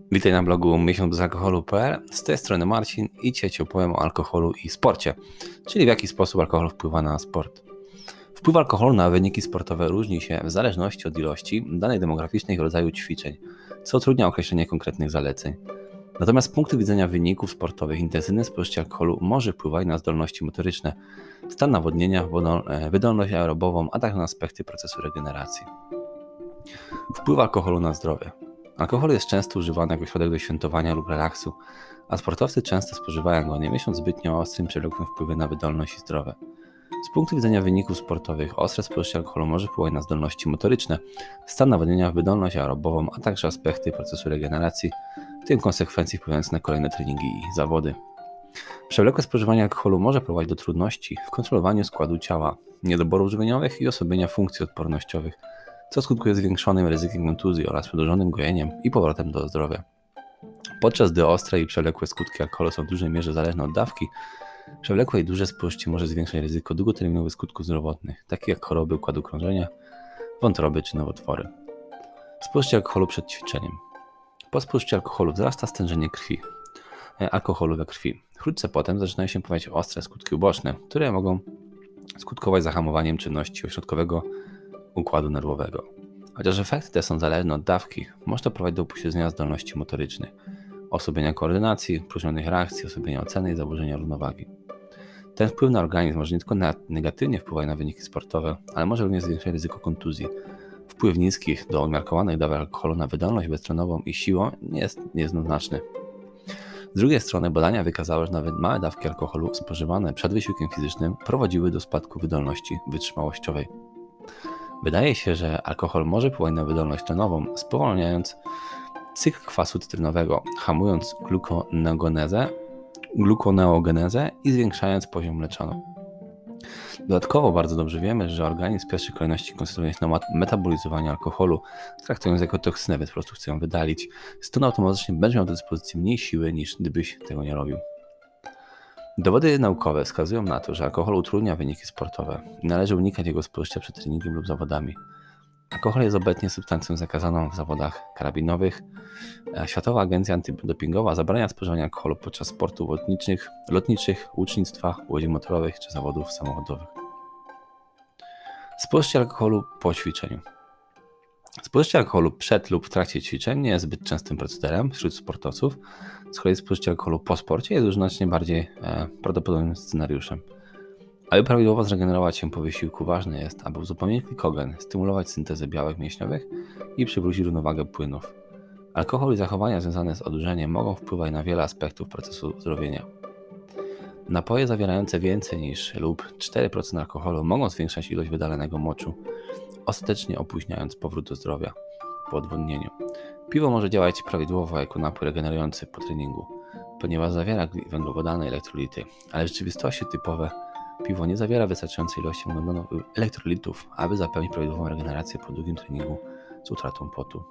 Witaj na blogu miesiączbesalkoholu.pl. Z tej strony Marcin i dzisiaj Ci opowiem o alkoholu i sporcie, czyli w jaki sposób alkohol wpływa na sport. Wpływ alkoholu na wyniki sportowe różni się w zależności od ilości, danej demograficznej i rodzaju ćwiczeń, co utrudnia określenie konkretnych zaleceń. Natomiast z punktu widzenia wyników sportowych intensywne spożycie alkoholu może wpływać na zdolności motoryczne, stan nawodnienia, wydolność aerobową, a także na aspekty procesu regeneracji. Wpływ alkoholu na zdrowie. Alkohol jest często używany jako środek do świętowania lub relaksu, a sportowcy często spożywają go, nie myśląc zbytnio o ostrym przewlekłym wpływie na wydolność i zdrowie. Z punktu widzenia wyników sportowych, ostre spożycie alkoholu może wpływać na zdolności motoryczne, stan nawodnienia, wydolność aerobową, a także aspekty procesu regeneracji, w tym konsekwencji wpływające na kolejne treningi i zawody. Przewlekłe spożywanie alkoholu może prowadzić do trudności w kontrolowaniu składu ciała, niedoborów żywieniowych i osłabienia funkcji odpornościowych, co skutkuje zwiększonym ryzykiem kontuzji oraz przedłużonym gojeniem i powrotem do zdrowia. Podczas gdy ostre i przewlekłe skutki alkoholu są w dużej mierze zależne od dawki, przewlekłe i duże spożycie może zwiększać ryzyko długoterminowych skutków zdrowotnych, takich jak choroby układu krążenia, wątroby czy nowotwory. Spożycie alkoholu przed ćwiczeniem. Po spożyciu alkoholu wzrasta stężenie krwi, alkoholu we krwi. Wkrótce potem zaczynają się pojawiać ostre skutki uboczne, które mogą skutkować zahamowaniem czynności ośrodkowego układu nerwowego. Chociaż efekty te są zależne od dawki, może to prowadzić do upośledzenia zdolności motorycznych, osłabienia koordynacji, opóźnionych reakcji, osłabienia oceny i zaburzenia równowagi. Ten wpływ na organizm może nie tylko negatywnie wpływać na wyniki sportowe, ale może również zwiększać ryzyko kontuzji. Wpływ niskich do umiarkowanych dawek alkoholu na wydolność beztlenową i siłę nie jest niejednoznaczny. Z drugiej strony badania wykazały, że nawet małe dawki alkoholu spożywane przed wysiłkiem fizycznym prowadziły do spadku wydolności wytrzymałościowej. Wydaje się, że alkohol może wpływać na wydolność tlenową, spowalniając cykl kwasu cytrynowego, hamując glukoneogenezę i zwiększając poziom mleczanu. Dodatkowo bardzo dobrze wiemy, że organizm w pierwszej kolejności koncentruje się na metabolizowaniu alkoholu, traktując jako toksynę, więc po prostu chce ją wydalić. Stąd automatycznie będzie miał do dyspozycji mniej siły niż gdybyś tego nie robił. Dowody naukowe wskazują na to, że alkohol utrudnia wyniki sportowe i należy unikać jego spożycia przed treningiem lub zawodami. Alkohol jest obecnie substancją zakazaną w zawodach karabinowych. Światowa Agencja Antydopingowa zabrania spożywania alkoholu podczas sportów lotniczych, łucznictwa, łodzi motorowych czy zawodów samochodowych. Spożycie alkoholu po ćwiczeniu. Spożycie alkoholu przed lub w trakcie ćwiczeń nie jest zbyt częstym procederem wśród sportowców, z kolei spożycie alkoholu po sporcie jest już znacznie bardziej prawdopodobnym scenariuszem. Aby prawidłowo zregenerować się po wysiłku, ważne jest, aby uzupełnić glikogen, stymulować syntezę białek mięśniowych i przywrócić równowagę płynów. Alkohol i zachowania związane z odurzeniem mogą wpływać na wiele aspektów procesu zdrowienia. Napoje zawierające więcej niż lub 4% alkoholu mogą zwiększać ilość wydalanego moczu, ostatecznie opóźniając powrót do zdrowia po odwodnieniu. Piwo może działać prawidłowo jako napój regenerujący po treningu, ponieważ zawiera węglowodany i elektrolity, ale w rzeczywistości typowe piwo nie zawiera wystarczającej ilości elektrolitów, aby zapewnić prawidłową regenerację po długim treningu z utratą potu.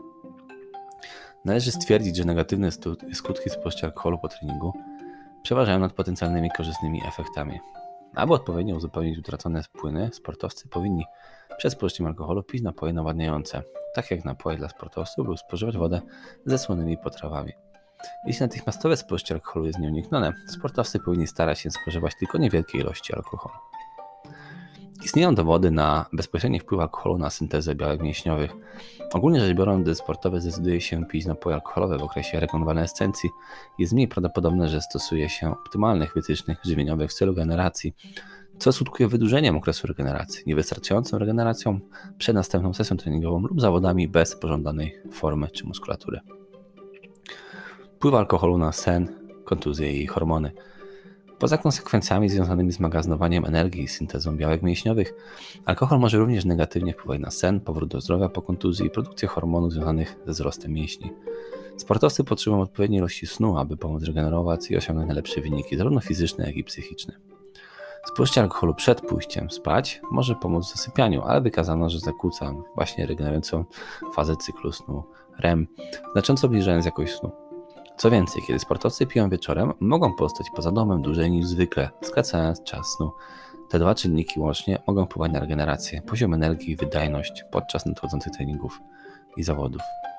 Należy stwierdzić, że negatywne skutki spożycia alkoholu po treningu przeważają nad potencjalnymi korzystnymi efektami. Aby odpowiednio uzupełnić utracone płyny, sportowcy powinni przed spożyciem alkoholu pić napoje nawadniające, tak jak napoje dla sportowców, lub spożywać wodę ze słonymi potrawami. Jeśli natychmiastowe spożycie alkoholu jest nieuniknione, sportowcy powinni starać się spożywać tylko niewielkie ilości alkoholu. Istnieją dowody na bezpośredni wpływ alkoholu na syntezę białek mięśniowych. Ogólnie rzecz biorąc, gdy sportowiec zdecyduje się pić napoje alkoholowe w okresie rekonwalescencji, jest mniej prawdopodobne, że stosuje się optymalnych wytycznych żywieniowych w celu regeneracji, co skutkuje wydłużeniem okresu regeneracji, niewystarczającą regeneracją przed następną sesją treningową lub zawodami bez pożądanej formy czy muskulatury. Wpływ alkoholu na sen, kontuzje i hormony. Poza konsekwencjami związanymi z magazynowaniem energii i syntezą białek mięśniowych, alkohol może również negatywnie wpływać na sen, powrót do zdrowia po kontuzji i produkcję hormonów związanych ze wzrostem mięśni. Sportowcy potrzebują odpowiedniej ilości snu, aby pomóc regenerować i osiągnąć najlepsze wyniki, zarówno fizyczne, jak i psychiczne. Spożycie alkoholu przed pójściem spać może pomóc w zasypianiu, ale wykazano, że zakłóca właśnie regenerującą fazę cyklu snu REM, znacząco obniżając jakość snu. Co więcej, kiedy sportowcy piją wieczorem, mogą pozostać poza domem dłużej niż zwykle, skracając czas snu. Te dwa czynniki łącznie mogą wpływać na regenerację, poziom energii i wydajność podczas nadchodzących treningów i zawodów.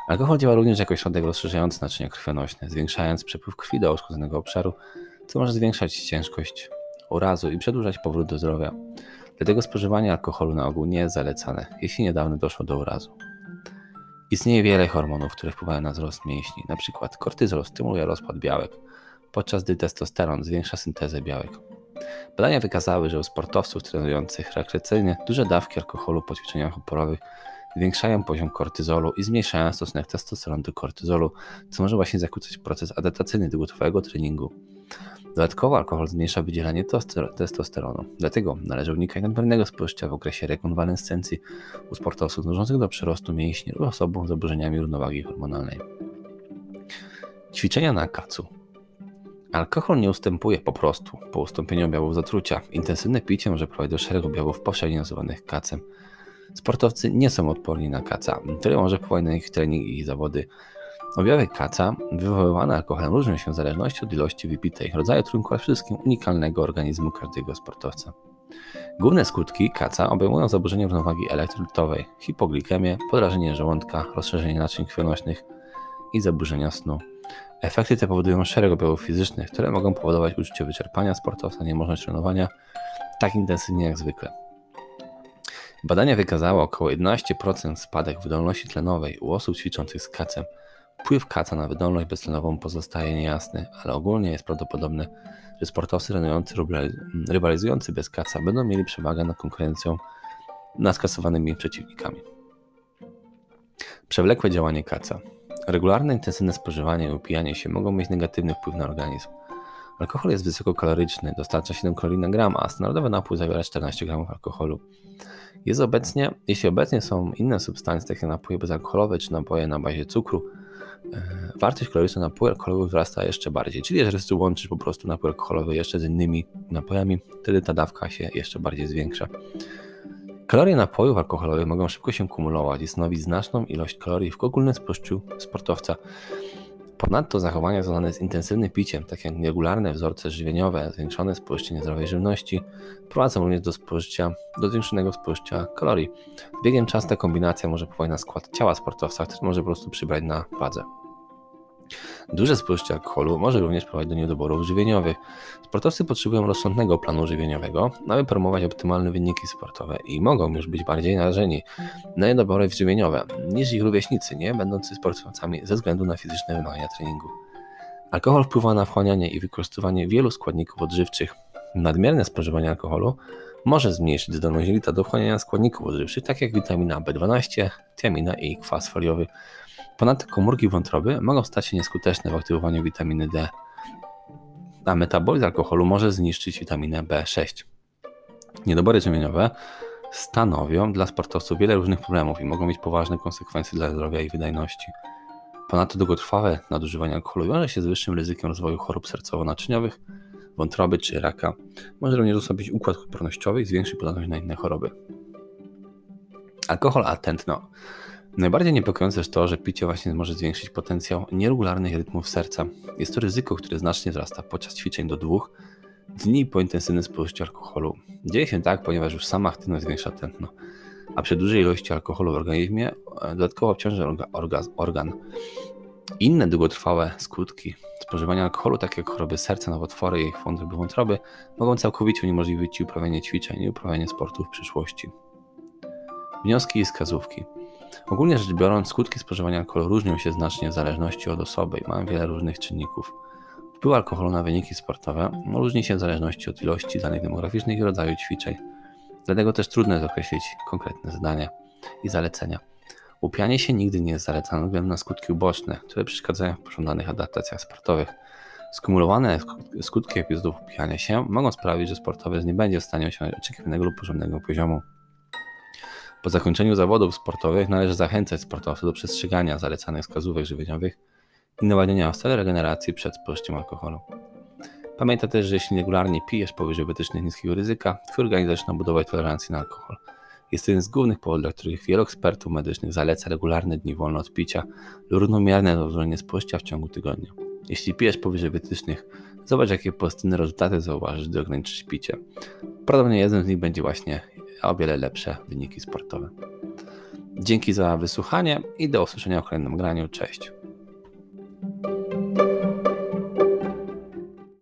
Alkohol działa również jako środek rozszerzający naczynia krwionośne, zwiększając przepływ krwi do uszkodzonego obszaru, co może zwiększać ciężkość urazu i przedłużać powrót do zdrowia. Dlatego spożywanie alkoholu na ogół nie jest zalecane, jeśli niedawno doszło do urazu. Istnieje wiele hormonów, które wpływają na wzrost mięśni, np. kortyzol stymuluje rozpad białek, podczas gdy testosteron zwiększa syntezę białek. Badania wykazały, że u sportowców trenujących rekreacyjnie duże dawki alkoholu po ćwiczeniach oporowych zwiększają poziom kortyzolu i zmniejszają stosunek testosteronu do kortyzolu, co może właśnie zakłócać proces adaptacyjny długotrwałego treningu. Dodatkowo alkohol zmniejsza wydzielanie testosteronu, dlatego należy unikać nadmiernego spożycia w okresie rekonwalescencji u sportowców dążących do przyrostu mięśni lub osób z zaburzeniami równowagi hormonalnej. Ćwiczenia na kacu. Alkohol nie ustępuje po prostu po ustąpieniu objawów zatrucia. Intensywne picie może prowadzić do szeregu objawów powszechnie nazywanych kacem. Sportowcy nie są odporni na kaca, który może wpływać na ich trening i zawody. Objawy kaca wywoływane alkoholem różnią się w zależności od ilości wypitej, rodzaju trunku, a przede wszystkim unikalnego organizmu każdego sportowca. Główne skutki kaca obejmują zaburzenie równowagi elektrolitowej, hipoglikemię, podrażnienie żołądka, rozszerzenie naczyń krwionośnych i zaburzenia snu. Efekty te powodują szereg objawów fizycznych, które mogą powodować uczucie wyczerpania sportowca, niemożność trenowania tak intensywnie jak zwykle. Badania wykazały około 11% spadek wydolności tlenowej u osób ćwiczących z kacem. Wpływ kaca na wydolność beztlenową pozostaje niejasny, ale ogólnie jest prawdopodobne, że sportowcy trenujący lub rywalizujący bez kaca będą mieli przewagę nad konkurencją nad skasowanymi przeciwnikami. Przewlekłe działanie kaca. Regularne, intensywne spożywanie i upijanie się mogą mieć negatywny wpływ na organizm. Alkohol jest wysokokaloryczny, dostarcza 7 kalorii na gram, a standardowy napój zawiera 14 g alkoholu. Jeśli obecnie są inne substancje, takie jak napoje bezalkoholowe czy napoje na bazie cukru, wartość kaloryczna napojów alkoholowych wzrasta jeszcze bardziej. Czyli jeżeli łączysz po prostu napój alkoholowy jeszcze z innymi napojami, wtedy ta dawka się jeszcze bardziej zwiększa. Kalorie napojów alkoholowych mogą szybko się kumulować i stanowić znaczną ilość kalorii w ogólnym spożyciu sportowca. Ponadto zachowania związane z intensywnym piciem, tak jak nieregularne wzorce żywieniowe, zwiększone spożycie niezdrowej żywności, prowadzą również do zwiększonego spożycia kalorii. Z biegiem czasu ta kombinacja może wpływać na skład ciała sportowca, który może po prostu przybrać na wadze. Duże spożycie alkoholu może również prowadzić do niedoborów żywieniowych. Sportowcy potrzebują rozsądnego planu żywieniowego, aby promować optymalne wyniki sportowe i mogą już być bardziej narażeni na niedobory żywieniowe niż ich rówieśnicy, nie będący sportowcami ze względu na fizyczne wymagania treningu. Alkohol wpływa na wchłanianie i wykorzystywanie wielu składników odżywczych. Nadmierne spożywanie alkoholu może zmniejszyć zdolność jelita do wchłaniania składników odżywczych, tak jak witamina B12, tiamina i kwas foliowy. Ponadto komórki wątroby mogą stać się nieskuteczne w aktywowaniu witaminy D, a metabolizm alkoholu może zniszczyć witaminę B6. Niedobory żywieniowe stanowią dla sportowców wiele różnych problemów i mogą mieć poważne konsekwencje dla zdrowia i wydajności. Ponadto długotrwałe nadużywanie alkoholu wiąże się z wyższym ryzykiem rozwoju chorób sercowo-naczyniowych, wątroby czy raka. Może również osłabić układ odpornościowy i zwiększyć podatność na inne choroby. Alkohol a tętno. Najbardziej niepokojące jest to, że picie właśnie może zwiększyć potencjał nieregularnych rytmów serca. Jest to ryzyko, które znacznie wzrasta podczas ćwiczeń do 2 dni po intensywnym spożyciu alkoholu. Dzieje się tak, ponieważ już sama aktywność zwiększa tętno, a przy dużej ilości alkoholu w organizmie dodatkowo obciąży organ. Inne długotrwałe skutki spożywania alkoholu, takie jak choroby serca, nowotwory i wątroby, mogą całkowicie uniemożliwić Ci uprawianie ćwiczeń i uprawianie sportu w przyszłości. Wnioski i wskazówki. Ogólnie rzecz biorąc, skutki spożywania alkoholu różnią się znacznie w zależności od osoby i mają wiele różnych czynników. Wpływ alkoholu na wyniki sportowe różni się w zależności od ilości danych demograficznych i rodzaju ćwiczeń. Dlatego też trudno jest określić konkretne zadania i zalecenia. Upijanie się nigdy nie jest zalecane ze względu na skutki uboczne, które przeszkadzają w pożądanych adaptacjach sportowych. Skumulowane skutki epizodów upijania się mogą sprawić, że sportowiec nie będzie w stanie osiągnąć oczekiwanego lub pożądanego poziomu. Po zakończeniu zawodów sportowych należy zachęcać sportowców do przestrzegania zalecanych wskazówek żywieniowych i nawadniania w celu regeneracji przed spożyciem alkoholu. Pamiętaj też, że jeśli regularnie pijesz powyżej wytycznych niskiego ryzyka, twój organizm zaczyna budować tolerancję na alkohol. Jest to jeden z głównych powodów, dla których wielu ekspertów medycznych zaleca regularne dni wolne od picia lub równomierne rozłożenie spożycia w ciągu tygodnia. Jeśli pijesz powyżej wytycznych, zobacz, jakie pozytywne rezultaty zauważysz, gdy ograniczysz picie. Prawdopodobnie jeden z nich będzie właśnie o wiele lepsze wyniki sportowe. Dzięki za wysłuchanie i do usłyszenia w kolejnym graniu. Cześć.